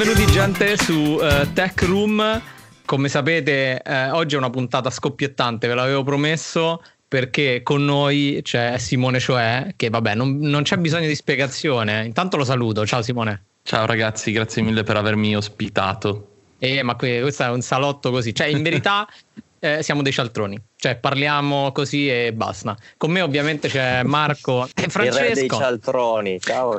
Benvenuti gente su Tech Room. Come sapete oggi è una puntata scoppiettante, ve l'avevo promesso, perché con noi c'è Simone Cioè, che vabbè non c'è bisogno di spiegazione. Intanto lo saluto, ciao Simone. Ciao ragazzi, grazie mille per avermi ospitato. Ma questo è un salotto così, cioè in verità siamo dei cialtroni, cioè parliamo così e basta. Con me ovviamente c'è Marco e Francesco. Il re dei cialtroni, ciao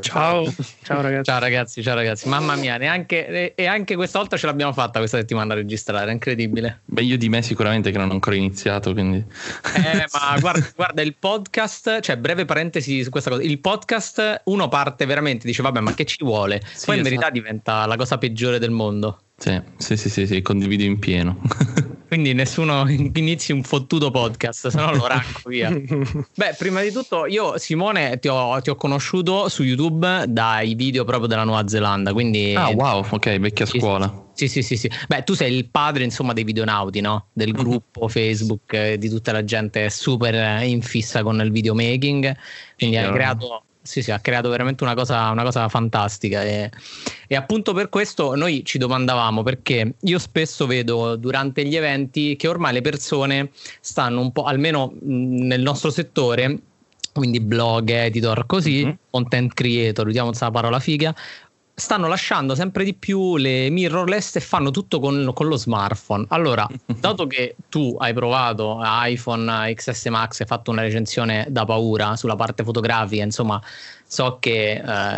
ragazzi, mamma mia, anche questa volta ce l'abbiamo fatta questa settimana a registrare, è incredibile. Beh, io di me sicuramente che non ho ancora iniziato, quindi ma guarda il podcast, cioè breve parentesi su questa cosa, il podcast uno parte veramente, dice vabbè ma che ci vuole, sì, poi in verità diventa la cosa peggiore del mondo. Sì, condivido in pieno. Quindi nessuno inizi un fottuto podcast, se no lo arranco via. Beh, prima di tutto io Simone ti ho conosciuto su YouTube dai video proprio della Nuova Zelanda, quindi wow, ok, vecchia scuola. Sì. Beh, tu sei il padre insomma dei videonauti, no? Del gruppo Facebook, di tutta la gente super in fissa con il videomaking, quindi hai creato... Sì, ha creato veramente una cosa fantastica e appunto per questo noi ci domandavamo, perché io spesso vedo durante gli eventi che ormai le persone stanno un po', almeno nel nostro settore, quindi blog, editor, così, content creator, usiamo questa parola figa, stanno lasciando sempre di più le mirrorless e fanno tutto con lo smartphone. Allora, dato che tu hai provato iPhone XS Max, hai fatto una recensione da paura sulla parte fotografica, insomma, so che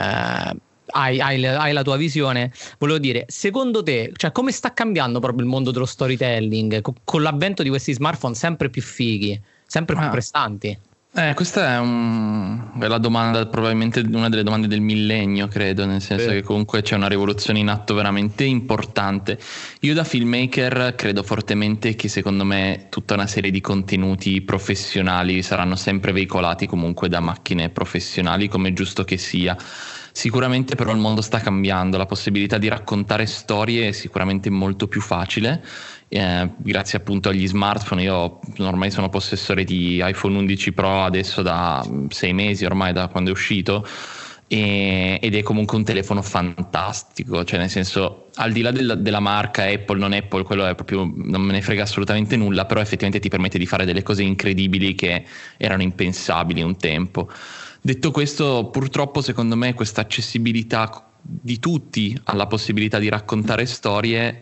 hai la tua visione, volevo dire, secondo te, cioè, come sta cambiando proprio il mondo dello storytelling con l'avvento di questi smartphone sempre più fighi, sempre più prestanti? Questa è la domanda, probabilmente una delle domande del millennio, credo, nel senso che comunque c'è una rivoluzione in atto veramente importante. Io da filmmaker credo fortemente che secondo me tutta una serie di contenuti professionali saranno sempre veicolati comunque da macchine professionali, come è giusto che sia. Sicuramente però il mondo sta cambiando, la possibilità di raccontare storie è sicuramente molto più facile. Grazie appunto agli smartphone. Io ormai sono possessore di iPhone 11 Pro adesso da 6 mesi ormai, da quando è uscito, ed è comunque un telefono fantastico, cioè nel senso, al di là della marca Apple, non Apple, quello è proprio, non me ne frega assolutamente nulla, però effettivamente ti permette di fare delle cose incredibili che erano impensabili un tempo. Detto questo, purtroppo secondo me questa accessibilità di tutti alla possibilità di raccontare storie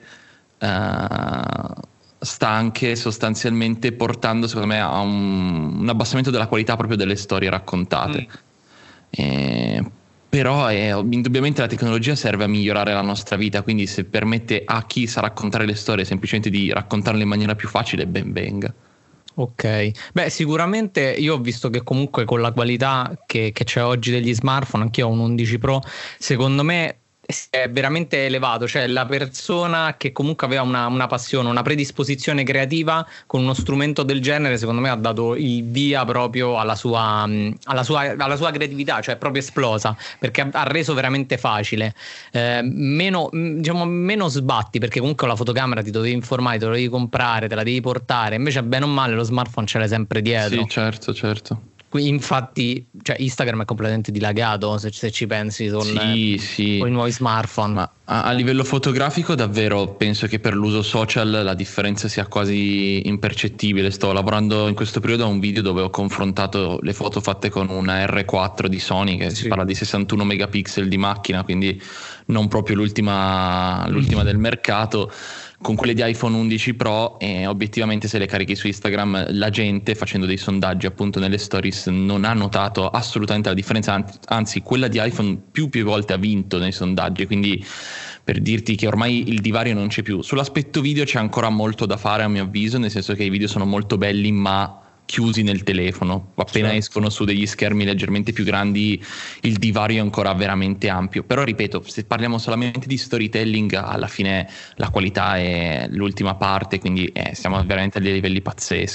sta anche sostanzialmente portando secondo me a un abbassamento della qualità proprio delle storie raccontate. Però indubbiamente la tecnologia serve a migliorare la nostra vita, quindi se permette a chi sa raccontare le storie semplicemente di raccontarle in maniera più facile, ben venga. Ok, beh sicuramente io ho visto che comunque con la qualità che c'è oggi degli smartphone, anch'io ho un 11 Pro, secondo me è veramente elevato, cioè la persona che comunque aveva una passione, una predisposizione creativa con uno strumento del genere, secondo me ha dato il via proprio alla sua creatività, cioè proprio esplosa, perché ha reso veramente facile, meno sbatti, perché comunque la fotocamera ti dovevi informare, te la dovevi comprare, te la devi portare, invece bene o male lo smartphone ce l'hai sempre dietro. Sì, certo. Infatti, cioè Instagram è completamente dilagato se ci pensi con i nuovi smartphone. Ma a livello fotografico davvero penso che per l'uso social la differenza sia quasi impercettibile. Sto lavorando in questo periodo a un video dove ho confrontato le foto fatte con una R4 di Sony, che si parla di 61 megapixel di macchina, quindi non proprio l'ultima del mercato, con quelle di iPhone 11 Pro, e obiettivamente se le carichi su Instagram la gente, facendo dei sondaggi appunto nelle stories, non ha notato assolutamente la differenza, anzi quella di iPhone più volte ha vinto nei sondaggi, quindi per dirti che ormai il divario non c'è più. Sull'aspetto video c'è ancora molto da fare a mio avviso, nel senso che i video sono molto belli ma chiusi nel telefono, appena escono su degli schermi leggermente più grandi il divario è ancora veramente ampio. Però ripeto, se parliamo solamente di storytelling, alla fine la qualità è l'ultima parte, quindi siamo veramente a dei livelli pazzeschi.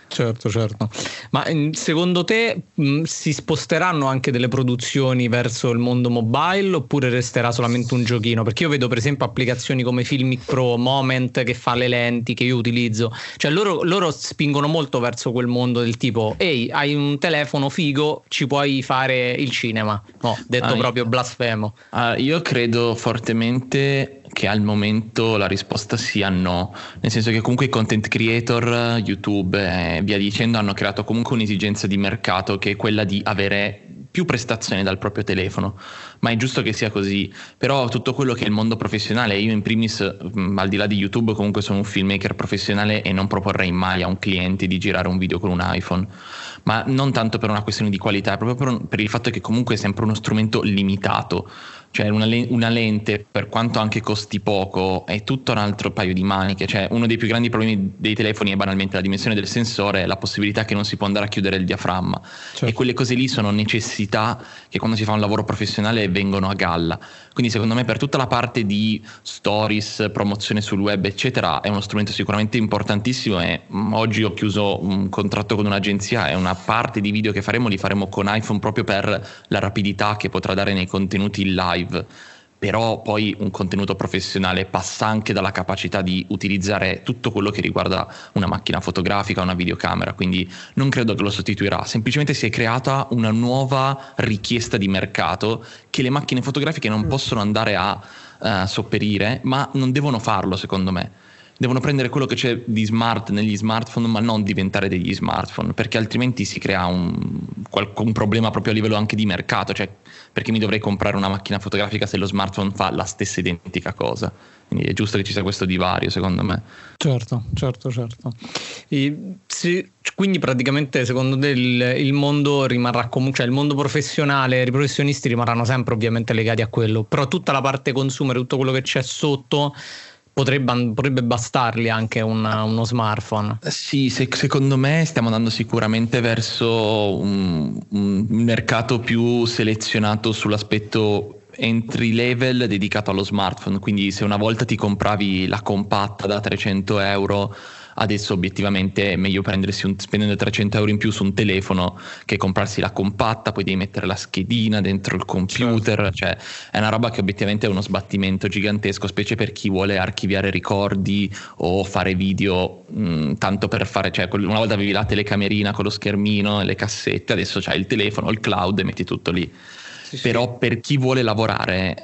Certo. Ma secondo te si sposteranno anche delle produzioni verso il mondo mobile oppure resterà solamente un giochino? Perché io vedo per esempio applicazioni come Filmic Pro, Moment che fa le lenti che io utilizzo, cioè loro spingono molto verso quel mondo del tipo ehi, hai un telefono figo, ci puoi fare il cinema. No, detto proprio blasfemo. Io credo fortemente che al momento la risposta sia no, nel senso che comunque i content creator, YouTube e via dicendo hanno creato comunque un'esigenza di mercato che è quella di avere più prestazioni dal proprio telefono, ma è giusto che sia così. Però tutto quello che è il mondo professionale, io in primis al di là di YouTube comunque sono un filmmaker professionale e non proporrei mai a un cliente di girare un video con un iPhone, ma non tanto per una questione di qualità, proprio per il fatto che comunque è sempre uno strumento limitato. Cioè una lente, per quanto anche costi poco, è tutto un altro paio di maniche. Cioè uno dei più grandi problemi dei telefoni è banalmente la dimensione del sensore e la possibilità che non si può andare a chiudere il diaframma. Certo. E quelle cose lì sono necessità che quando si fa un lavoro professionale vengono a galla. Quindi secondo me per tutta la parte di stories, promozione sul web eccetera è uno strumento sicuramente importantissimo e oggi ho chiuso un contratto con un'agenzia e una parte di video che faremo li faremo con iPhone proprio per la rapidità che potrà dare nei contenuti in live. Però poi un contenuto professionale passa anche dalla capacità di utilizzare tutto quello che riguarda una macchina fotografica, una videocamera, quindi non credo che lo sostituirà, semplicemente si è creata una nuova richiesta di mercato che le macchine fotografiche non possono andare a sopperire, ma non devono farlo secondo me. Devono prendere quello che c'è di smart negli smartphone, ma non diventare degli smartphone, perché altrimenti si crea un problema proprio a livello anche di mercato. Cioè, perché mi dovrei comprare una macchina fotografica se lo smartphone fa la stessa identica cosa? Quindi è giusto che ci sia questo divario, secondo me. Certo. Quindi praticamente secondo te il mondo rimarrà comunque, cioè il mondo professionale, i professionisti rimarranno sempre ovviamente legati a quello, però tutta la parte consumer, tutto quello che c'è sotto potrebbe bastargli anche uno smartphone. Sì, secondo me stiamo andando sicuramente verso un mercato più selezionato sull'aspetto entry level dedicato allo smartphone. Quindi se una volta ti compravi la compatta da 300 euro, adesso obiettivamente è meglio spendendo 300 euro in più su un telefono che comprarsi la compatta, poi devi mettere la schedina dentro il computer. Certo. Cioè è una roba che obiettivamente è uno sbattimento gigantesco, specie per chi vuole archiviare ricordi o fare video tanto per fare, cioè una volta avevi la telecamerina con lo schermino e le cassette, adesso c'hai il telefono, il cloud e metti tutto lì. Però per chi vuole lavorare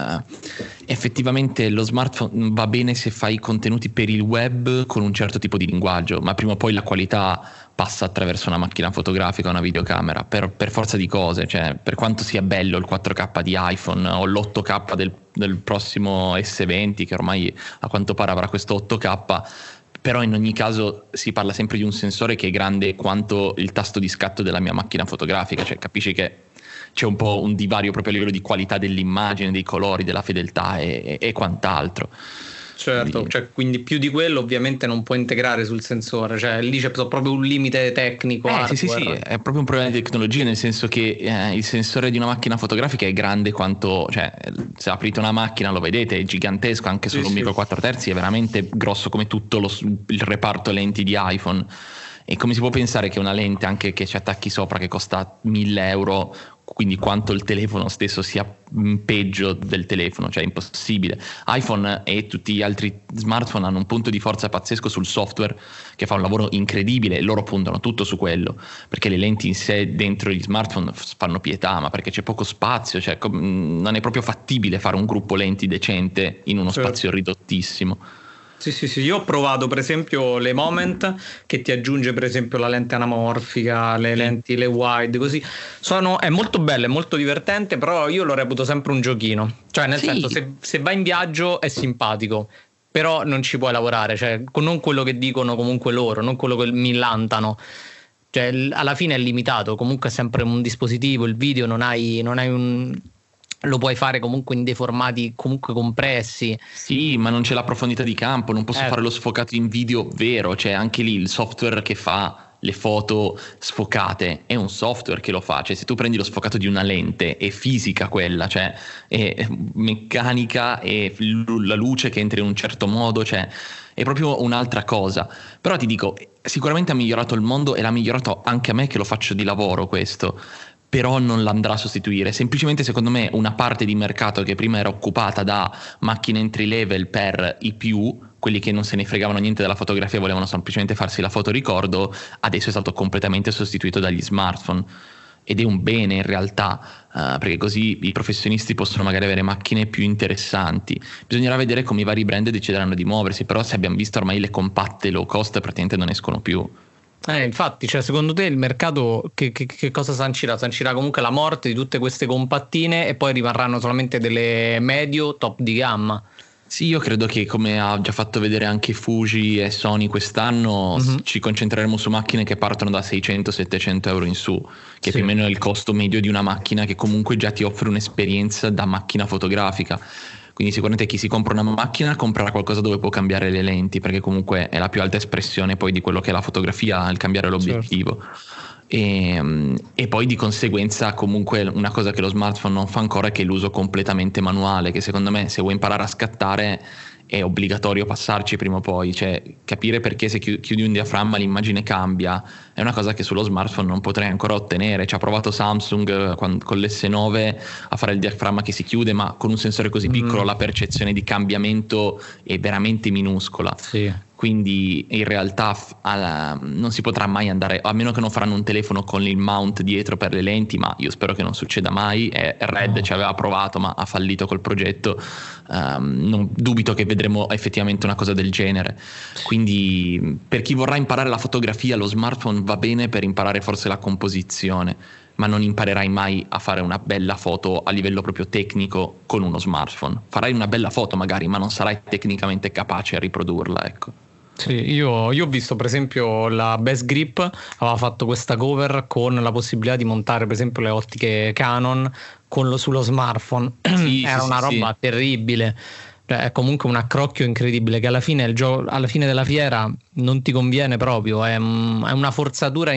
effettivamente lo smartphone va bene se fai contenuti per il web con un certo tipo di linguaggio, ma prima o poi la qualità passa attraverso una macchina fotografica o una videocamera per forza di cose. Cioè, per quanto sia bello il 4K di iPhone o l'8K del prossimo S20 che ormai a quanto pare avrà questo 8K, però in ogni caso si parla sempre di un sensore che è grande quanto il tasto di scatto della mia macchina fotografica. Cioè capisci che c'è un po' un divario proprio a livello di qualità dell'immagine, dei colori, della fedeltà e quant'altro. Certo, quindi più di quello ovviamente non può integrare sul sensore, cioè lì c'è proprio un limite tecnico. Sì, è proprio un problema di tecnologia, nel senso che il sensore di una macchina fotografica è grande quanto, cioè se aprite una macchina lo vedete, è gigantesco, anche solo un micro 4 terzi è veramente grosso come tutto il reparto lenti di iPhone. E come si può pensare che una lente anche che ci attacchi sopra che costa 1.000 euro, quindi quanto il telefono stesso sia peggio del telefono? Cioè è impossibile. iPhone e tutti gli altri smartphone hanno un punto di forza pazzesco sul software che fa un lavoro incredibile e loro puntano tutto su quello, perché le lenti in sé dentro gli smartphone fanno pietà, ma perché c'è poco spazio, cioè non è proprio fattibile fare un gruppo lenti decente in uno spazio ridottissimo. Sì, io ho provato per esempio le Moment che ti aggiunge per esempio la lente anamorfica, le lenti, le wide, così è molto bello, è molto divertente, però io lo reputo sempre un giochino, cioè nel senso se vai in viaggio è simpatico, però non ci puoi lavorare, cioè non quello che dicono comunque loro, non quello che millantano. Cioè alla fine è limitato, comunque è sempre un dispositivo, il video non hai lo puoi fare comunque in dei formati comunque compressi. Sì, ma non c'è la profondità di campo, non posso fare lo sfocato in video vero, cioè anche lì il software che fa le foto sfocate, è un software che lo fa. Cioè se tu prendi lo sfocato di una lente è fisica quella, cioè è meccanica, e la luce che entra in un certo modo, cioè è proprio un'altra cosa. Però ti dico, sicuramente ha migliorato il mondo e l'ha migliorato anche a me che lo faccio di lavoro questo, però non l'andrà a sostituire. Semplicemente secondo me una parte di mercato che prima era occupata da macchine entry level per i più, quelli che non se ne fregavano niente della fotografia, volevano semplicemente farsi la fotoricordo, adesso è stato completamente sostituito dagli smartphone. Ed è un bene in realtà, perché così i professionisti possono magari avere macchine più interessanti. Bisognerà vedere come i vari brand decideranno di muoversi, però se abbiamo visto ormai le compatte low cost praticamente non escono più. Infatti, cioè, secondo te il mercato che cosa sancirà? Sancirà comunque la morte di tutte queste compattine e poi rimarranno solamente delle medio top di gamma? Sì, io credo che, come ha già fatto vedere anche Fuji e Sony quest'anno, ci concentreremo su macchine che partono da 600-700 euro in su, che più o meno è il costo medio di una macchina che comunque già ti offre un'esperienza da macchina fotografica. Quindi sicuramente chi si compra una macchina comprerà qualcosa dove può cambiare le lenti, perché comunque è la più alta espressione poi di quello che è la fotografia, il cambiare l'obiettivo. E poi di conseguenza comunque una cosa che lo smartphone non fa ancora è che l'uso completamente manuale, che secondo me se vuoi imparare a scattare è obbligatorio passarci prima o poi, cioè capire perché se chiudi un diaframma l'immagine cambia è una cosa che sullo smartphone non potrei ancora ottenere. Ci ha provato Samsung con l'S9 a fare il diaframma che si chiude, ma con un sensore così piccolo la percezione di cambiamento è veramente minuscola. Quindi in realtà non si potrà mai andare, a meno che non faranno un telefono con il mount dietro per le lenti, ma io spero che non succeda mai. Red ci aveva provato ma ha fallito col progetto. Non dubito che vedremo effettivamente una cosa del genere. Quindi per chi vorrà imparare la fotografia, lo smartphone va bene per imparare forse la composizione, ma non imparerai mai a fare una bella foto a livello proprio tecnico con uno smartphone. Farai una bella foto magari, ma non sarai tecnicamente capace a riprodurla, ecco. Sì, io ho visto per esempio la Best Grip aveva fatto questa cover con la possibilità di montare per esempio le ottiche Canon sullo smartphone. Era una roba terribile. È comunque un accrocchio incredibile che alla fine alla fine della fiera non ti conviene proprio, è una forzatura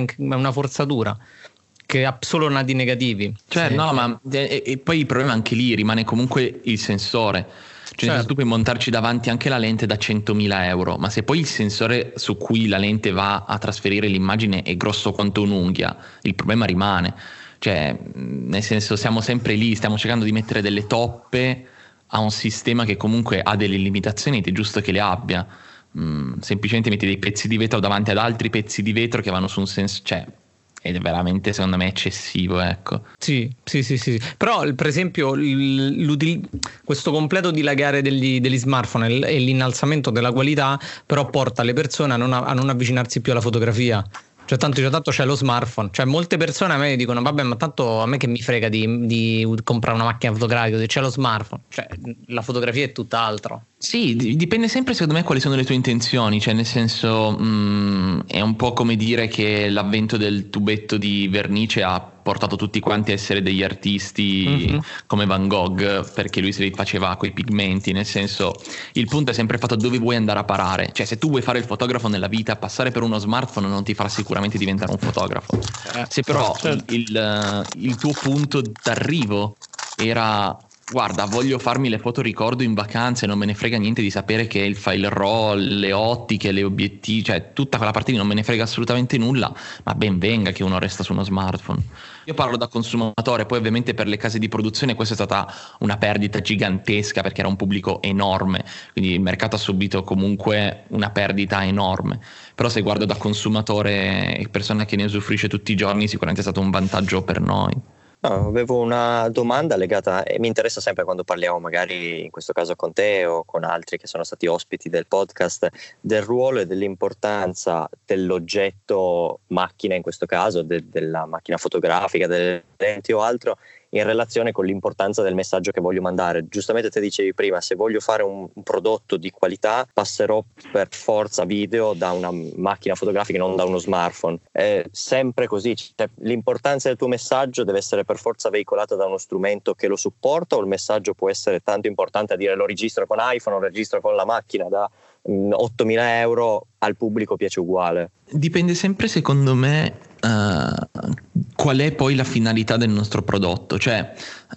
che ha solo lati negativi. Cioè, no, ma e poi il problema anche lì rimane comunque il sensore. Cioè, tu puoi montarci davanti anche la lente da 100.000 euro, ma se poi il sensore su cui la lente va a trasferire l'immagine è grosso quanto un'unghia, il problema rimane. Cioè, nel senso, siamo sempre lì, stiamo cercando di mettere delle toppe a un sistema che comunque ha delle limitazioni ed è giusto che le abbia. Semplicemente metti dei pezzi di vetro davanti ad altri pezzi di vetro che vanno su un sensore, cioè ed è veramente secondo me eccessivo, ecco. Sì. Però per esempio questo completo dilagare degli smartphone e l'innalzamento della qualità però porta le persone a non avvicinarsi più alla fotografia. Cioè tanto c'è lo smartphone, cioè molte persone a me dicono vabbè, ma tanto a me che mi frega di comprare una macchina fotografica, se c'è lo smartphone, cioè la fotografia è tutt'altro. Sì, dipende sempre secondo me quali sono le tue intenzioni, cioè nel senso è un po' come dire che l'avvento del tubetto di vernice ha portato tutti quanti a essere degli artisti come Van Gogh, perché lui se li faceva coi pigmenti. Nel senso, il punto è sempre fatto dove vuoi andare a parare. Cioè se tu vuoi fare il fotografo nella vita, passare per uno smartphone non ti farà sicuramente diventare un fotografo. Se però il tuo punto d'arrivo era: guarda, voglio farmi le foto ricordo in vacanza e non me ne frega niente di sapere che il file RAW, le ottiche, le obiettivi, cioè tutta quella parte lì non me ne frega assolutamente nulla, ma ben venga che uno resta su uno smartphone. Io parlo da consumatore, poi ovviamente per le case di produzione questa è stata una perdita gigantesca perché era un pubblico enorme, quindi il mercato ha subito comunque una perdita enorme. Però se guardo da consumatore e persona che ne usufruisce tutti i giorni, sicuramente è stato un vantaggio per noi. No, avevo una domanda legata, e mi interessa sempre quando parliamo magari in questo caso con te o con altri che sono stati ospiti del podcast, del ruolo e dell'importanza dell'oggetto macchina, in questo caso della macchina fotografica, delle lenti o altro, in relazione con l'importanza del messaggio che voglio mandare. Giustamente te dicevi prima, se voglio fare un prodotto di qualità passerò per forza video da una macchina fotografica e non da uno smartphone. È sempre così, cioè, l'importanza del tuo messaggio deve essere per forza veicolata da uno strumento che lo supporta, o il messaggio può essere tanto importante a dire lo registro con iPhone o lo registro con la macchina da 8.000 euro, al pubblico piace uguale. Dipende sempre, secondo me, qual è poi la finalità del nostro prodotto. Cioè,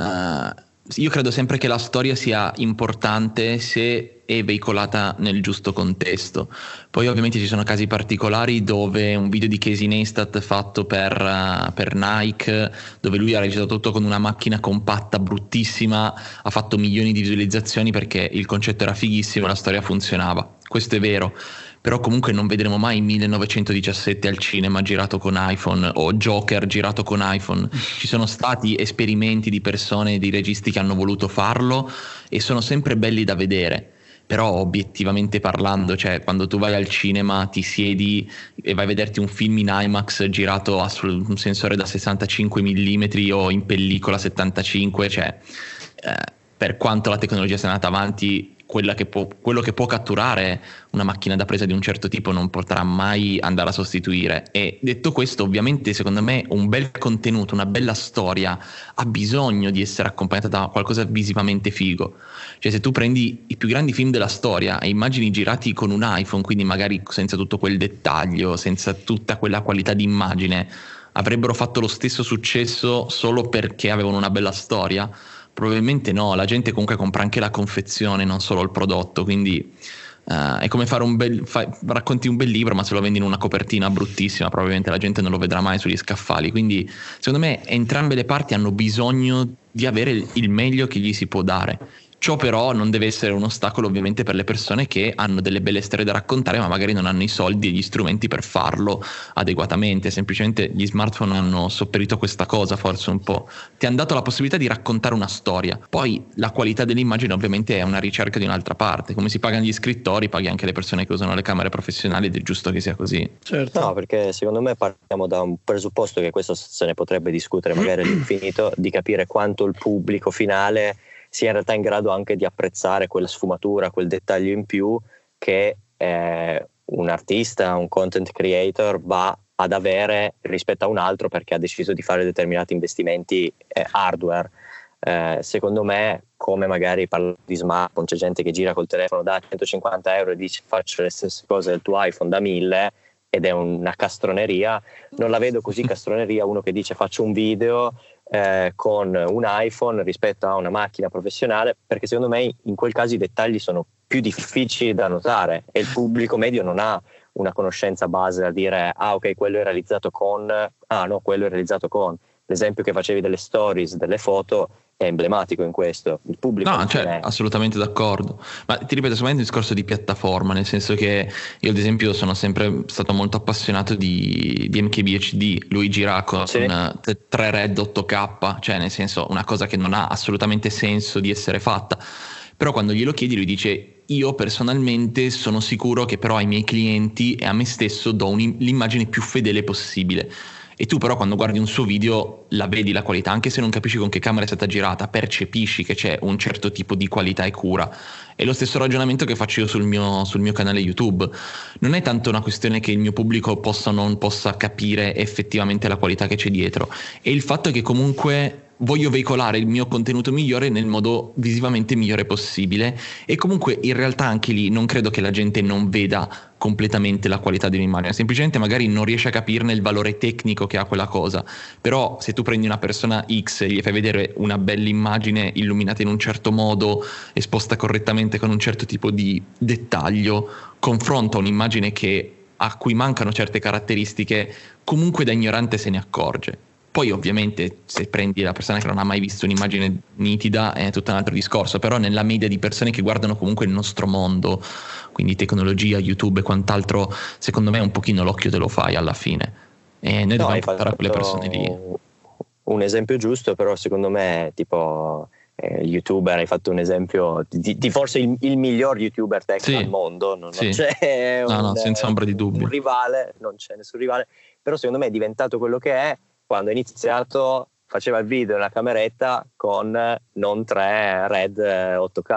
io credo sempre che la storia sia importante se è veicolata nel giusto contesto. Poi ovviamente ci sono casi particolari dove un video di Casey Neistat fatto per Nike, dove lui ha registrato tutto con una macchina compatta bruttissima, ha fatto milioni di visualizzazioni perché il concetto era fighissimo e la storia funzionava. Questo è vero, però comunque non vedremo mai 1917 al cinema girato con iPhone o Joker girato con iPhone. Ci sono stati esperimenti di persone, di registi che hanno voluto farlo e sono sempre belli da vedere. Però obiettivamente parlando, cioè quando tu vai al cinema, ti siedi e vai a vederti un film in IMAX girato su un sensore da 65 mm o in pellicola 75, cioè per quanto la tecnologia sia andata avanti, quello che può catturare una macchina da presa di un certo tipo non potrà mai andare a sostituire. E detto questo, ovviamente secondo me un bel contenuto, una bella storia ha bisogno di essere accompagnata da qualcosa visivamente figo. Cioè se tu prendi i più grandi film della storia e immagini girati con un iPhone, quindi magari senza tutto quel dettaglio, senza tutta quella qualità di immagine, avrebbero fatto lo stesso successo solo perché avevano una bella storia? Probabilmente no, la gente comunque compra anche la confezione, non solo il prodotto, quindi è come fare racconti un bel libro, ma se lo vendi in una copertina bruttissima, probabilmente la gente non lo vedrà mai sugli scaffali. Quindi secondo me entrambe le parti hanno bisogno di avere il meglio che gli si può dare. Ciò però non deve essere un ostacolo ovviamente per le persone che hanno delle belle storie da raccontare, ma magari non hanno i soldi e gli strumenti per farlo adeguatamente. Semplicemente gli smartphone hanno sopperito questa cosa, forse un po'. Ti hanno dato la possibilità di raccontare una storia. Poi la qualità dell'immagine ovviamente è una ricerca di un'altra parte. Come si pagano gli scrittori, paghi anche le persone che usano le camere professionali ed è giusto che sia così. Certo. No, perché secondo me partiamo da un presupposto che questo se ne potrebbe discutere magari all'infinito, di capire quanto il pubblico finale sia in realtà in grado anche di apprezzare quella sfumatura, quel dettaglio in più che un artista, un content creator va ad avere rispetto a un altro perché ha deciso di fare determinati investimenti hardware. Secondo me, come magari parlo di smartphone, c'è gente che gira col telefono da 150 euro e dice faccio le stesse cose del tuo iPhone da 1000 ed è una castroneria. Non la vedo così castroneria uno che dice faccio un video con un iPhone rispetto a una macchina professionale, perché secondo me in quel caso i dettagli sono più difficili da notare e il pubblico medio non ha una conoscenza base da dire ok, quello è realizzato con, no, quello è realizzato con. L'esempio che facevi delle stories, delle foto è emblematico in questo. Il pubblico no, cioè, assolutamente d'accordo, ma ti ripeto, secondo me è un discorso di piattaforma, nel senso che io ad esempio sono sempre stato molto appassionato di MKBHD. Lui gira con 3 RED 8K, cioè nel senso una cosa che non ha assolutamente senso di essere fatta, però quando glielo chiedi lui dice io personalmente sono sicuro che però ai miei clienti e a me stesso do l'immagine più fedele possibile. E tu però quando guardi un suo video la vedi la qualità, anche se non capisci con che camera è stata girata, percepisci che c'è un certo tipo di qualità e cura. È lo stesso ragionamento che faccio io sul mio canale YouTube. Non è tanto una questione che il mio pubblico possa o non possa capire effettivamente la qualità che c'è dietro, è il fatto che comunque voglio veicolare il mio contenuto migliore nel modo visivamente migliore possibile, e comunque in realtà anche lì non credo che la gente non veda completamente la qualità di un'immagine, semplicemente magari non riesce a capirne il valore tecnico che ha quella cosa. Però se tu prendi una persona X e gli fai vedere una bella immagine illuminata in un certo modo, esposta correttamente con un certo tipo di dettaglio, confronta un'immagine a cui mancano certe caratteristiche, comunque da ignorante se ne accorge. Poi ovviamente se prendi la persona che non ha mai visto un'immagine nitida è tutto un altro discorso, però nella media di persone che guardano comunque il nostro mondo, quindi tecnologia, YouTube e quant'altro, secondo me un pochino l'occhio te lo fai alla fine, e noi dobbiamo portare a quelle persone lì. Un esempio giusto, però secondo me tipo youtuber, hai fatto un esempio di forse il miglior youtuber tech al mondo, non c'è senza ombra di dubbio un rivale, non c'è nessun rivale, però secondo me è diventato quello che è quando ha iniziato faceva il video nella cameretta con non 3 RED 8K.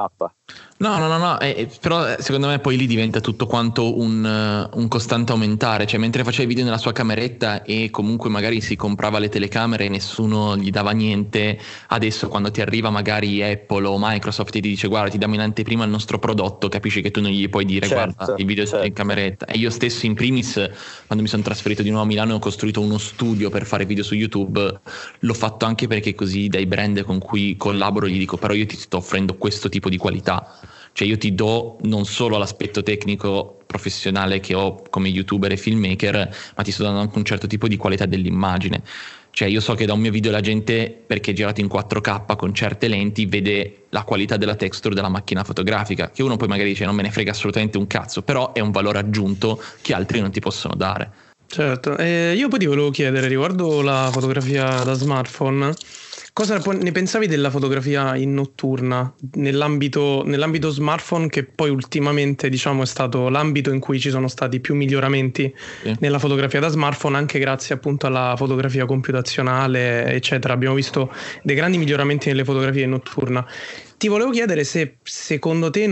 No, però secondo me poi lì diventa tutto quanto un costante aumentare, cioè mentre faceva i video nella sua cameretta e comunque magari si comprava le telecamere e nessuno gli dava niente, adesso quando ti arriva magari Apple o Microsoft e ti dice guarda ti diamo in anteprima il nostro prodotto, capisci che tu non gli puoi dire guarda il video è in cameretta. E io stesso in primis, quando mi sono trasferito di nuovo a Milano e ho costruito uno studio per fare video su YouTube, l'ho fatto anche perché così dai brand con cui collaboro gli dico però io ti sto offrendo questo tipo di qualità. Cioè io ti do non solo l'aspetto tecnico professionale che ho come youtuber e filmmaker, ma ti sto dando anche un certo tipo di qualità dell'immagine. Cioè io so che da un mio video la gente, perché è girato in 4K con certe lenti, vede la qualità della texture della macchina fotografica, che uno poi magari dice non me ne frega assolutamente un cazzo, però è un valore aggiunto che altri non ti possono dare. Certo, io poi ti volevo chiedere riguardo la fotografia da smartphone, cosa ne pensavi della fotografia in notturna nell'ambito smartphone, che poi ultimamente diciamo è stato l'ambito in cui ci sono stati più miglioramenti nella fotografia da smartphone, anche grazie appunto alla fotografia computazionale eccetera. Abbiamo visto dei grandi miglioramenti nelle fotografie in notturna. Ti volevo chiedere se secondo te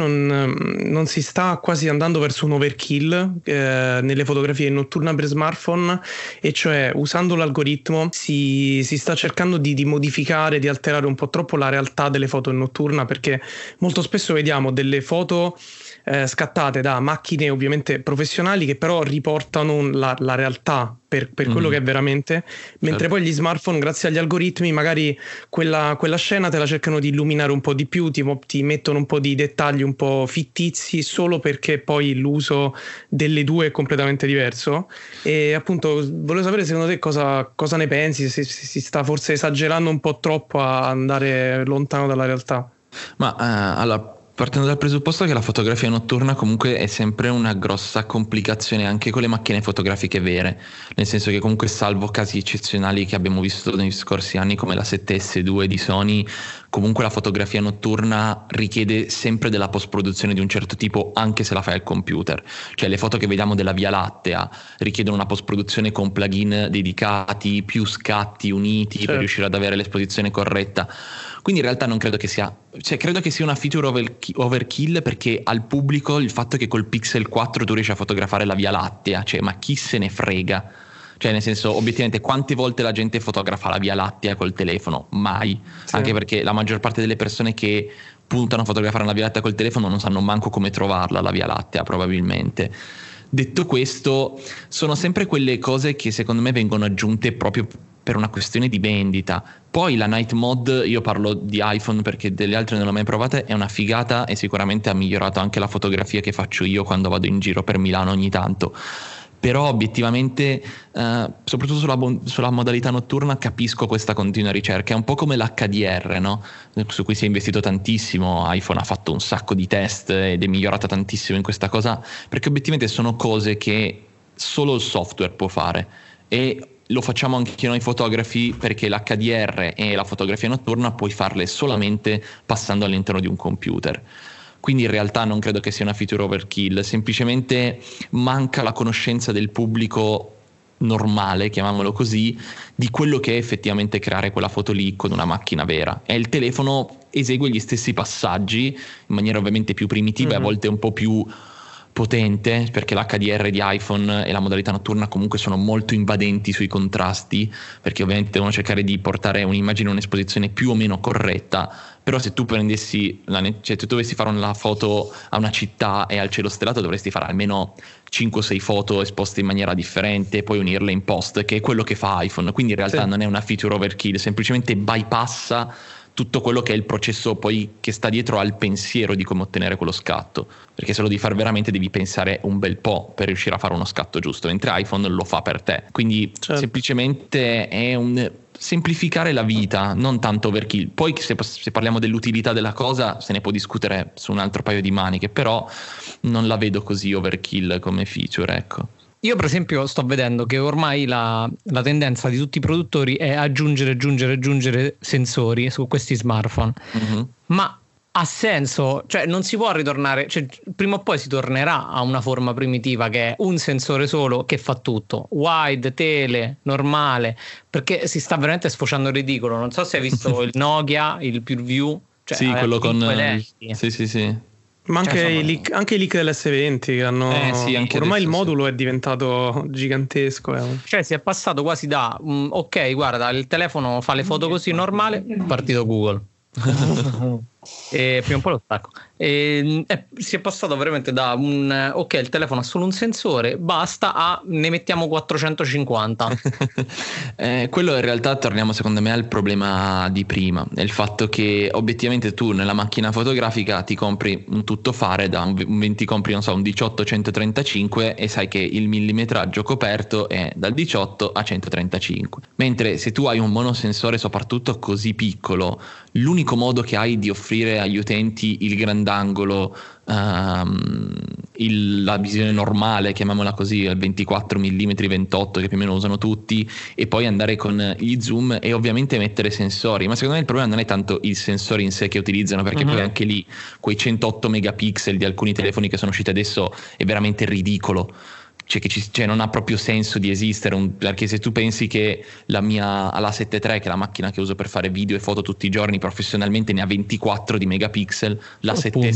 non si sta quasi andando verso un overkill nelle fotografie in notturna per smartphone, e cioè usando l'algoritmo si sta cercando di modificare, di alterare un po' troppo la realtà delle foto in notturna, perché molto spesso vediamo delle foto scattate da macchine ovviamente professionali che però riportano la realtà per quello che è veramente, mentre poi gli smartphone grazie agli algoritmi magari quella scena te la cercano di illuminare un po' di più, ti mettono un po' di dettagli un po' fittizi solo perché poi l'uso delle due è completamente diverso. E appunto volevo sapere secondo te cosa ne pensi, se si sta forse esagerando un po' troppo a andare lontano dalla realtà. Ma allora, partendo dal presupposto che la fotografia notturna comunque è sempre una grossa complicazione anche con le macchine fotografiche vere, nel senso che comunque salvo casi eccezionali che abbiamo visto negli scorsi anni come la 7S2 di Sony, comunque la fotografia notturna richiede sempre della post-produzione di un certo tipo anche se la fai al computer. Cioè le foto che vediamo della Via Lattea richiedono una post-produzione con plugin dedicati, più scatti uniti per riuscire ad avere l'esposizione corretta. Quindi in realtà non credo che sia, cioè credo che sia una feature overkill, perché al pubblico il fatto che col Pixel 4 tu riesci a fotografare la Via Lattea, cioè ma chi se ne frega? Cioè nel senso, obiettivamente quante volte la gente fotografa la Via Lattea col telefono? Mai. Sì. Anche perché la maggior parte delle persone che puntano a fotografare la Via Lattea col telefono non sanno manco come trovarla la Via Lattea probabilmente. Detto questo, sono sempre quelle cose che secondo me vengono aggiunte proprio per una questione di vendita. Poi la night mode, io parlo di iPhone perché delle altre non l'ho mai provate, è una figata e sicuramente ha migliorato anche la fotografia che faccio io quando vado in giro per Milano ogni tanto. Però obiettivamente, soprattutto sulla modalità notturna, capisco questa continua ricerca. È un po' come l'HDR, no? Su cui si è investito tantissimo. iPhone ha fatto un sacco di test ed è migliorata tantissimo in questa cosa, perché obiettivamente sono cose che solo il software può fare, e lo facciamo anche noi fotografi, perché l'HDR e la fotografia notturna puoi farle solamente passando all'interno di un computer. Quindi in realtà non credo che sia una feature overkill, semplicemente manca la conoscenza del pubblico normale, chiamiamolo così, di quello che è effettivamente creare quella foto lì con una macchina vera. E il telefono esegue gli stessi passaggi in maniera ovviamente più primitiva e a volte un po' più potente, perché l'HDR di iPhone e la modalità notturna comunque sono molto invadenti sui contrasti, perché ovviamente devono cercare di portare un'immagine, un'esposizione più o meno corretta. Però se tu prendessi, cioè tu dovessi fare una foto a una città e al cielo stellato, dovresti fare almeno 5-6 foto esposte in maniera differente e poi unirle in post, che è quello che fa iPhone. Quindi in realtà non è una feature overkill, semplicemente bypassa tutto quello che è il processo poi che sta dietro al pensiero di come ottenere quello scatto, perché se lo devi fare veramente devi pensare un bel po' per riuscire a fare uno scatto giusto, mentre iPhone lo fa per te. Quindi semplicemente è un semplificare la vita, non tanto overkill. Poi se parliamo dell'utilità della cosa se ne può discutere su un altro paio di maniche, però non la vedo così overkill come feature, ecco. Io per esempio sto vedendo che ormai la tendenza di tutti i produttori è aggiungere sensori su questi smartphone, ma ha senso, cioè non si può ritornare, cioè, prima o poi si tornerà a una forma primitiva che è un sensore solo che fa tutto, wide, tele, normale, perché si sta veramente sfociando il ridicolo. Non so se hai visto il Nokia, il PureView, cioè Sì, quello con lenti. sì. Ma anche, Cioè, anche i leak dell'S20 che hanno sì, anche ormai adesso, il modulo sì. è diventato gigantesco. Cioè si è passato quasi da ok, guarda, il telefono fa le foto così normale, partito Google. E prima o poi lo stacco. Si è passato veramente da ok, il telefono ha solo un sensore, basta, a ne mettiamo 450. Quello in realtà torniamo secondo me al problema di prima, è il fatto che obiettivamente tu nella macchina fotografica ti compri un tuttofare ti compri non so un 18-135 e sai che il millimetraggio coperto è dal 18 a 135, mentre se tu hai un monosensore soprattutto così piccolo, l'unico modo che hai di offrire agli utenti il grandangolo, la visione normale, chiamiamola così, il 24 mm 28 che più o meno usano tutti, e poi andare con gli zoom e ovviamente mettere sensori. Ma secondo me il problema non è tanto il sensore in sé che utilizzano, perché poi anche lì quei 108 megapixel di alcuni telefoni che sono usciti adesso è veramente ridicolo. Cioè non ha proprio senso di esistere, perché se tu pensi che la mia A7 III, che è la macchina che uso per fare video e foto tutti i giorni professionalmente, ne ha 24 di megapixel, la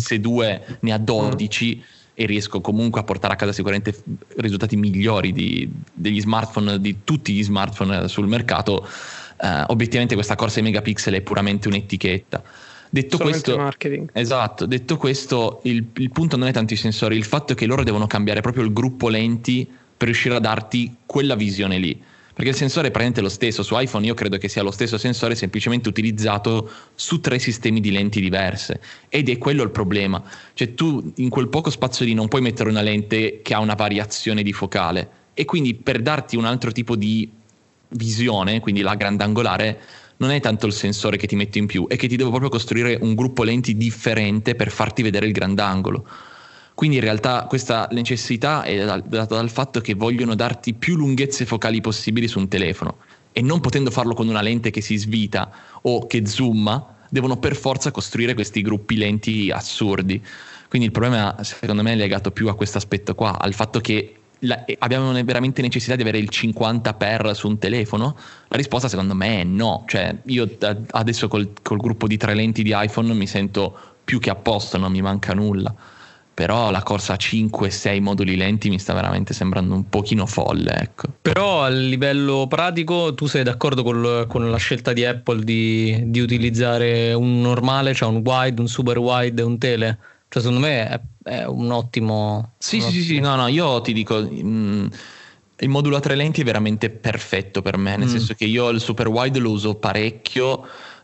7S2 ne ha 12 e riesco comunque a portare a casa sicuramente risultati migliori degli smartphone, di tutti gli smartphone sul mercato, obiettivamente questa corsa ai megapixel è puramente un'etichetta. Detto questo, marketing. Esatto, detto questo, il punto non è tanto i sensori, il fatto è che loro devono cambiare proprio il gruppo lenti per riuscire a darti quella visione lì, perché il sensore è praticamente lo stesso. Su iPhone io credo che sia lo stesso sensore, semplicemente utilizzato su 3 sistemi di lenti diverse, ed è quello il problema. Cioè tu in quel poco spazio lì non puoi mettere una lente che ha una variazione di focale, e quindi per darti un altro tipo di visione, quindi la grandangolare, non è tanto il sensore che ti metto in più, è che ti devo proprio costruire un gruppo lenti differente per farti vedere il grandangolo. Quindi in realtà questa necessità è data dal fatto che vogliono darti più lunghezze focali possibili su un telefono, e non potendo farlo con una lente che si svita o che zooma, devono per forza costruire questi gruppi lenti assurdi. Quindi il problema secondo me è legato più a questo aspetto qua, al fatto che abbiamo veramente necessità di avere il 50x su un telefono? La risposta secondo me è no. Cioè io adesso col gruppo di 3 lenti di iPhone mi sento più che a posto, non mi manca nulla, però la corsa a 5-6 moduli lenti mi sta veramente sembrando un pochino folle, ecco. Però a livello pratico tu sei d'accordo con la scelta di Apple di utilizzare un normale, cioè un wide, un super wide e un tele? Cioè secondo me è un ottimo... Sì, no, io ti dico, il modulo a 3 lenti è veramente perfetto per me, nel senso che io il super wide lo uso parecchio,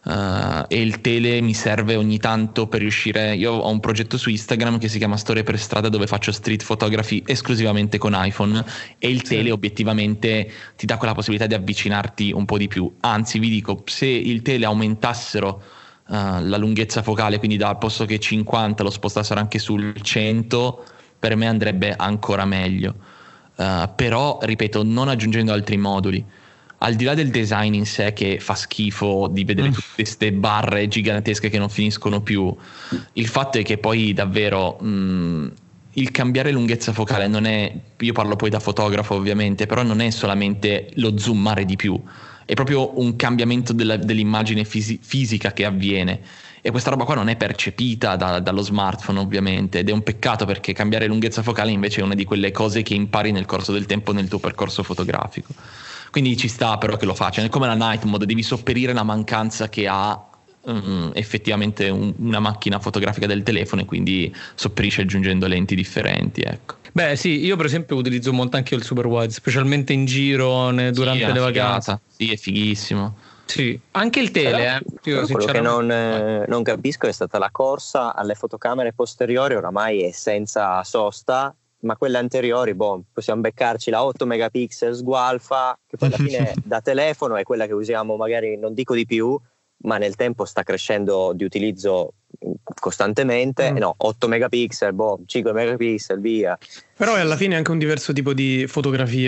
e il tele mi serve ogni tanto per riuscire. Io ho un progetto su Instagram che si chiama Storie per strada, dove faccio street photography esclusivamente con iPhone, e il tele obiettivamente ti dà quella possibilità di avvicinarti un po' di più. Anzi, vi dico, se il tele aumentassero la lunghezza focale, quindi al posto che 50 lo spostassero anche sul 100, per me andrebbe ancora meglio, però ripeto, non aggiungendo altri moduli. Al di là del design in sé, che fa schifo di vedere tutte queste barre gigantesche che non finiscono più, il fatto è che poi davvero il cambiare lunghezza focale non è, io parlo poi da fotografo ovviamente, però non è solamente lo zoomare di più, è proprio un cambiamento dell'immagine fisica che avviene, e questa roba qua non è percepita dallo smartphone ovviamente, ed è un peccato, perché cambiare lunghezza focale invece è una di quelle cose che impari nel corso del tempo nel tuo percorso fotografico. Quindi ci sta però che lo faccia, è come la night mode, devi sopperire la mancanza che ha effettivamente una macchina fotografica del telefono, e quindi sopperisce aggiungendo lenti differenti, ecco. Beh sì, io per esempio utilizzo molto anche il super wide, specialmente in giro durante le vacanze. Sì, è fighissimo. Sì, anche il tele. Io quello che non capisco è stata la corsa alle fotocamere posteriori, oramai è senza sosta, ma quelle anteriori, possiamo beccarci la 8 megapixel sgualfa, che poi alla fine da telefono è quella che usiamo, magari non dico di più, ma nel tempo sta crescendo di utilizzo costantemente. No, 8 megapixel, 5 megapixel, via. Però è alla fine anche un diverso tipo di fotografia,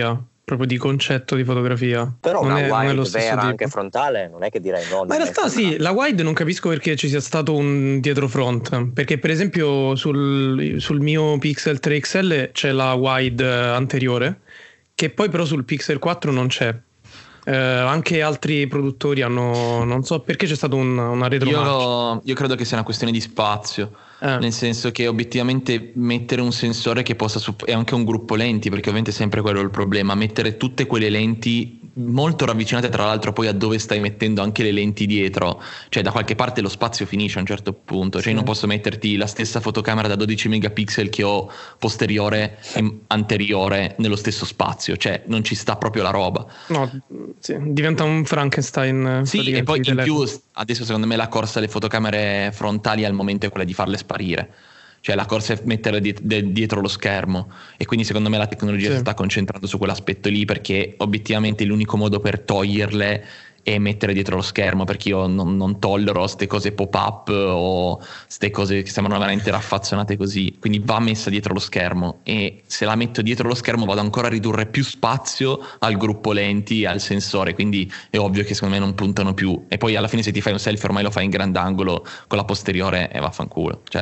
proprio di concetto di fotografia. Però non una è, non è wide lo stesso vera tipo. anche frontale, non è che direi no. Ma in realtà sì, la wide non capisco perché ci sia stato un dietro front, perché per esempio sul mio Pixel 3 XL c'è la wide anteriore, che poi però sul Pixel 4 non c'è. Anche altri produttori hanno, non so perché c'è stato una retromarcia. Io credo che sia una questione di spazio, nel senso che obiettivamente mettere un sensore che possa e anche un gruppo lenti, perché ovviamente è sempre quello il problema, mettere tutte quelle lenti molto ravvicinate tra l'altro poi a dove stai mettendo anche le lenti dietro, cioè da qualche parte lo spazio finisce a un certo punto, cioè io non posso metterti la stessa fotocamera da 12 megapixel che ho posteriore e anteriore nello stesso spazio, cioè non ci sta proprio la roba. No, sì, diventa un Frankenstein. Sì, e poi in più adesso secondo me la corsa alle fotocamere frontali al momento è quella di farle sparire, cioè la corsa è metterle dietro lo schermo, e quindi secondo me la tecnologia si sta concentrando su quell'aspetto lì, perché obiettivamente l'unico modo per toglierle è mettere dietro lo schermo, perché io non tollero queste cose pop-up o queste cose che sembrano veramente raffazzonate così, quindi va messa dietro lo schermo, e se la metto dietro lo schermo vado ancora a ridurre più spazio al gruppo lenti, al sensore, quindi è ovvio che secondo me non puntano più, e poi alla fine se ti fai un selfie ormai lo fai in grandangolo con la posteriore e vaffanculo, cioè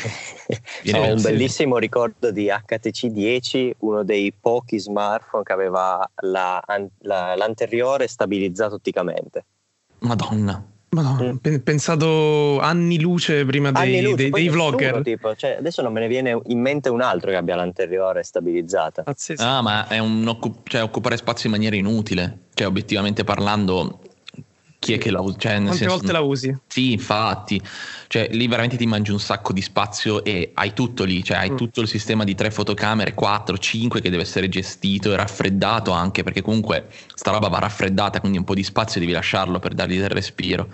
ho un bellissimo ricordo di HTC 10, uno dei pochi smartphone che aveva l'anteriore stabilizzato otticamente. Madonna, pensato anni luce prima dei vlogger. Tipo, cioè, adesso non me ne viene in mente un altro che abbia l'anteriore stabilizzata. Ma è occupare spazio in maniera inutile, cioè obiettivamente parlando. Chi è che la usa? Cioè, Quante volte la usi? Sì, infatti, cioè lì veramente ti mangi un sacco di spazio e hai tutto lì, cioè hai tutto il sistema di 3 fotocamere, 4, 5 che deve essere gestito e raffreddato anche, perché comunque sta roba va raffreddata, quindi un po' di spazio devi lasciarlo per dargli del respiro.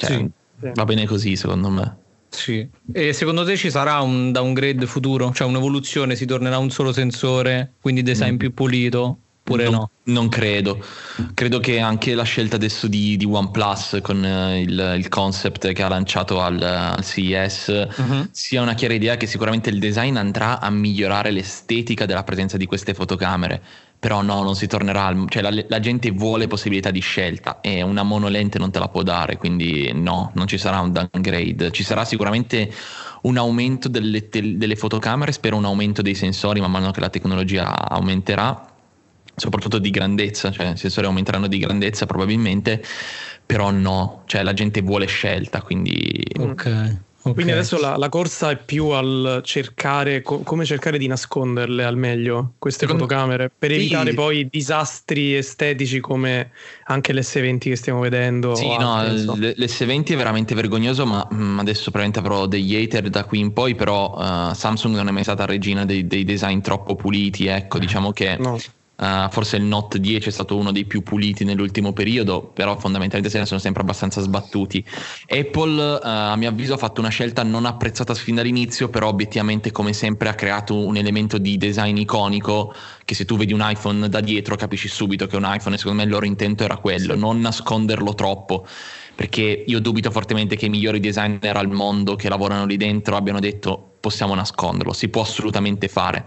Va bene così secondo me. Sì. E secondo te ci sarà un downgrade futuro? Cioè un'evoluzione, si tornerà a un solo sensore, quindi design più pulito? Non credo. Credo che anche la scelta adesso di OnePlus con il concept che ha lanciato al CES sia una chiara idea che sicuramente il design andrà a migliorare l'estetica della presenza di queste fotocamere, però no, non si tornerà, cioè la gente vuole possibilità di scelta e una monolente non te la può dare, quindi no, non ci sarà un downgrade, ci sarà sicuramente un aumento delle fotocamere, spero un aumento dei sensori man mano che la tecnologia aumenterà, soprattutto di grandezza, cioè i sensori aumenteranno di grandezza probabilmente, però no, cioè la gente vuole scelta, quindi Quindi adesso la corsa è più al cercare come cercare di nasconderle al meglio queste fotocamere, per evitare poi disastri estetici come anche l'S20 che stiamo vedendo. Sì, l'S20 è veramente vergognoso, ma adesso probabilmente avrò degli hater da qui in poi, però Samsung non è mai stata regina dei design troppo puliti, ecco, diciamo che forse il Note 10 è stato uno dei più puliti nell'ultimo periodo, però fondamentalmente se ne sono sempre abbastanza sbattuti. Apple a mio avviso ha fatto una scelta non apprezzata fin dall'inizio, però obiettivamente come sempre ha creato un elemento di design iconico che se tu vedi un iPhone da dietro capisci subito che è un iPhone, e secondo me il loro intento era quello, non nasconderlo troppo, perché io dubito fortemente che i migliori designer al mondo che lavorano lì dentro abbiano detto possiamo nasconderlo, si può assolutamente fare.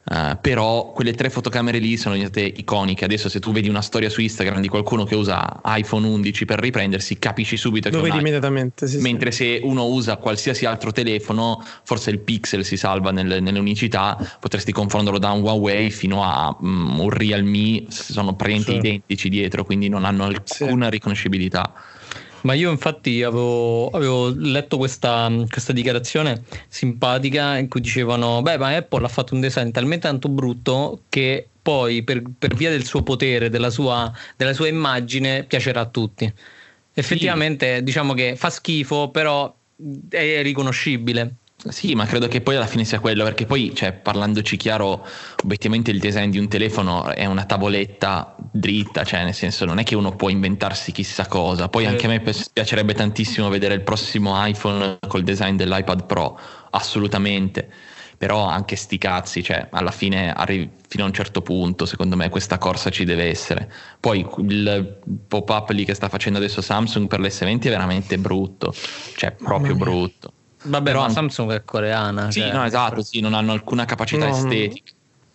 Però quelle 3 fotocamere lì sono diventate iconiche. Adesso se tu vedi una storia su Instagram di qualcuno che usa iPhone 11 per riprendersi, capisci subito che lo vedi immediatamente, mentre se uno usa qualsiasi altro telefono, forse il Pixel si salva nelle unicità, potresti confonderlo da un Huawei fino a un Realme, sono praticamente identici dietro, quindi non hanno alcuna riconoscibilità. Ma io infatti avevo letto questa dichiarazione simpatica in cui dicevano ma Apple ha fatto un design talmente tanto brutto che poi per via del suo potere, della sua immagine, piacerà a tutti. Effettivamente diciamo che fa schifo, però è riconoscibile. Sì, ma credo che poi alla fine sia quello, perché poi, cioè, parlandoci chiaro, obiettivamente il design di un telefono è una tavoletta dritta, cioè nel senso non è che uno può inventarsi chissà cosa. Poi anche a me piacerebbe tantissimo vedere il prossimo iPhone col design dell'iPad Pro, assolutamente, però anche sti cazzi, cioè alla fine arrivi fino a un certo punto, secondo me questa corsa ci deve essere. Poi il pop-up lì che sta facendo adesso Samsung per l'S20 è veramente brutto, cioè proprio brutto. Vabbè, però Samsung è coreana. Sì, no, esatto, sì, non hanno alcuna capacità estetica.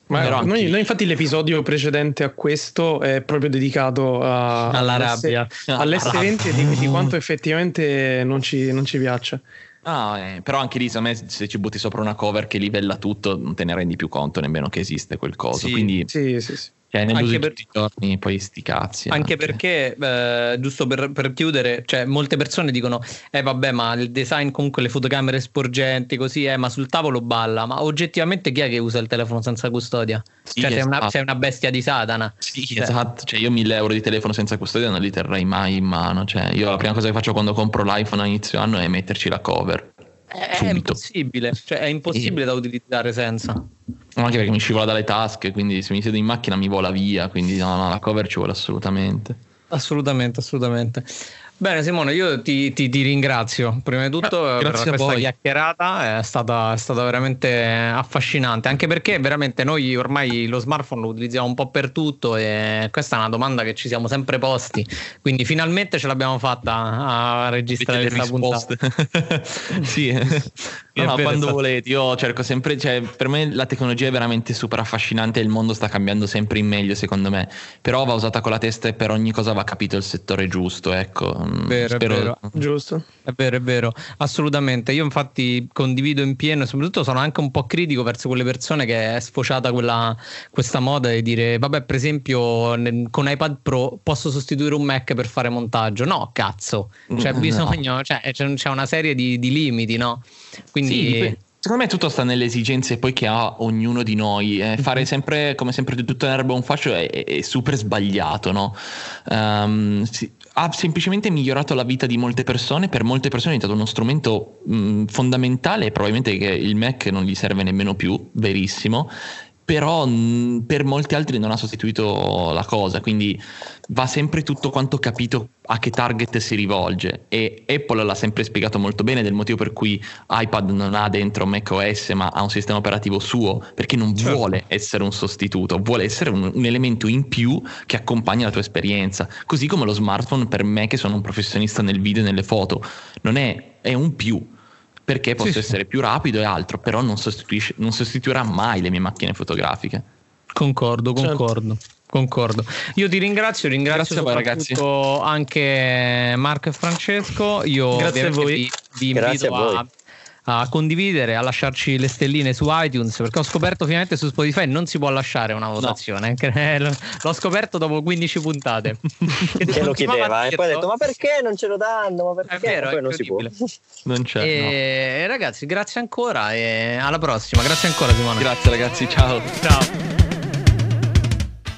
Ma noi infatti l'episodio precedente a questo è proprio dedicato alla rabbia, all'S20 di quanto effettivamente non ci piaccia. Però anche lì, secondo me, se ci butti sopra una cover che livella tutto, non te ne rendi più conto nemmeno che esiste quel coso. Sì, quindi sì. Cioè, nell'uso di tutti i giorni, poi sti cazzi. Anche perché, giusto per chiudere, cioè molte persone dicono vabbè, ma il design, comunque le fotocamere sporgenti così, ma sul tavolo balla. Ma oggettivamente chi è che usa il telefono senza custodia? Sì, cioè esatto. sei una bestia di Satana. Sì, esatto. Cioè io 1.000 euro di telefono senza custodia non li terrei mai in mano. Cioè io la prima cosa che faccio quando compro l'iPhone a inizio anno è metterci la cover. È impossibile, cioè è impossibile da utilizzare senza. Anche perché mi scivola dalle tasche, quindi se mi siedo in macchina mi vola via, quindi no, la cover ci vuole assolutamente. Assolutamente. Bene Simone, io ti ringrazio prima di tutto per questa chiacchierata, è stata veramente affascinante, anche perché veramente noi ormai lo smartphone lo utilizziamo un po' per tutto e questa è una domanda che ci siamo sempre posti, quindi finalmente ce l'abbiamo fatta a registrare questa puntata. Sì, no, quando volete, io cerco sempre, cioè per me la tecnologia è veramente super affascinante e il mondo sta cambiando sempre in meglio secondo me, però va usata con la testa e per ogni cosa va capito il settore giusto, ecco. È vero. Giusto. È vero, assolutamente. Io infatti condivido in pieno e soprattutto sono anche un po' critico verso quelle persone che è sfociata questa moda di dire vabbè, per esempio con iPad Pro posso sostituire un Mac per fare montaggio. No, cazzo, c'è bisogno, cioè c'è una serie di limiti, no? Quindi sì, secondo me tutto sta nelle esigenze poi che ha ognuno di noi. Fare sempre, come sempre, di tutta l'erba un fascio è super sbagliato, no? Ha semplicemente migliorato la vita di molte persone. Per molte persone è diventato uno strumento fondamentale, probabilmente che il Mac non gli serve nemmeno più, verissimo. Però per molti altri non ha sostituito la cosa, quindi va sempre tutto quanto capito a che target si rivolge, e Apple l'ha sempre spiegato molto bene del motivo per cui iPad non ha dentro macOS ma ha un sistema operativo suo, perché non vuole essere un sostituto, vuole essere un elemento in più che accompagna la tua esperienza, così come lo smartphone per me che sono un professionista nel video e nelle foto non è un più, perché posso essere più rapido e altro, però non sostituirà mai le mie macchine fotografiche. Concordo. Io ti ringrazio a voi, ragazzi. Anche Marco e Francesco. Io grazie a voi. Vi invito a condividere, a lasciarci le stelline su iTunes, perché ho scoperto finalmente su Spotify non si può lasciare una votazione. No. L'ho scoperto dopo 15 puntate. Che lo chiedeva e poi ha detto ma perché non ce lo danno? Ma perché? È vero, poi non si può. Non c'è. Ragazzi, grazie ancora e alla prossima. Grazie ancora Simone. Grazie ragazzi, ciao.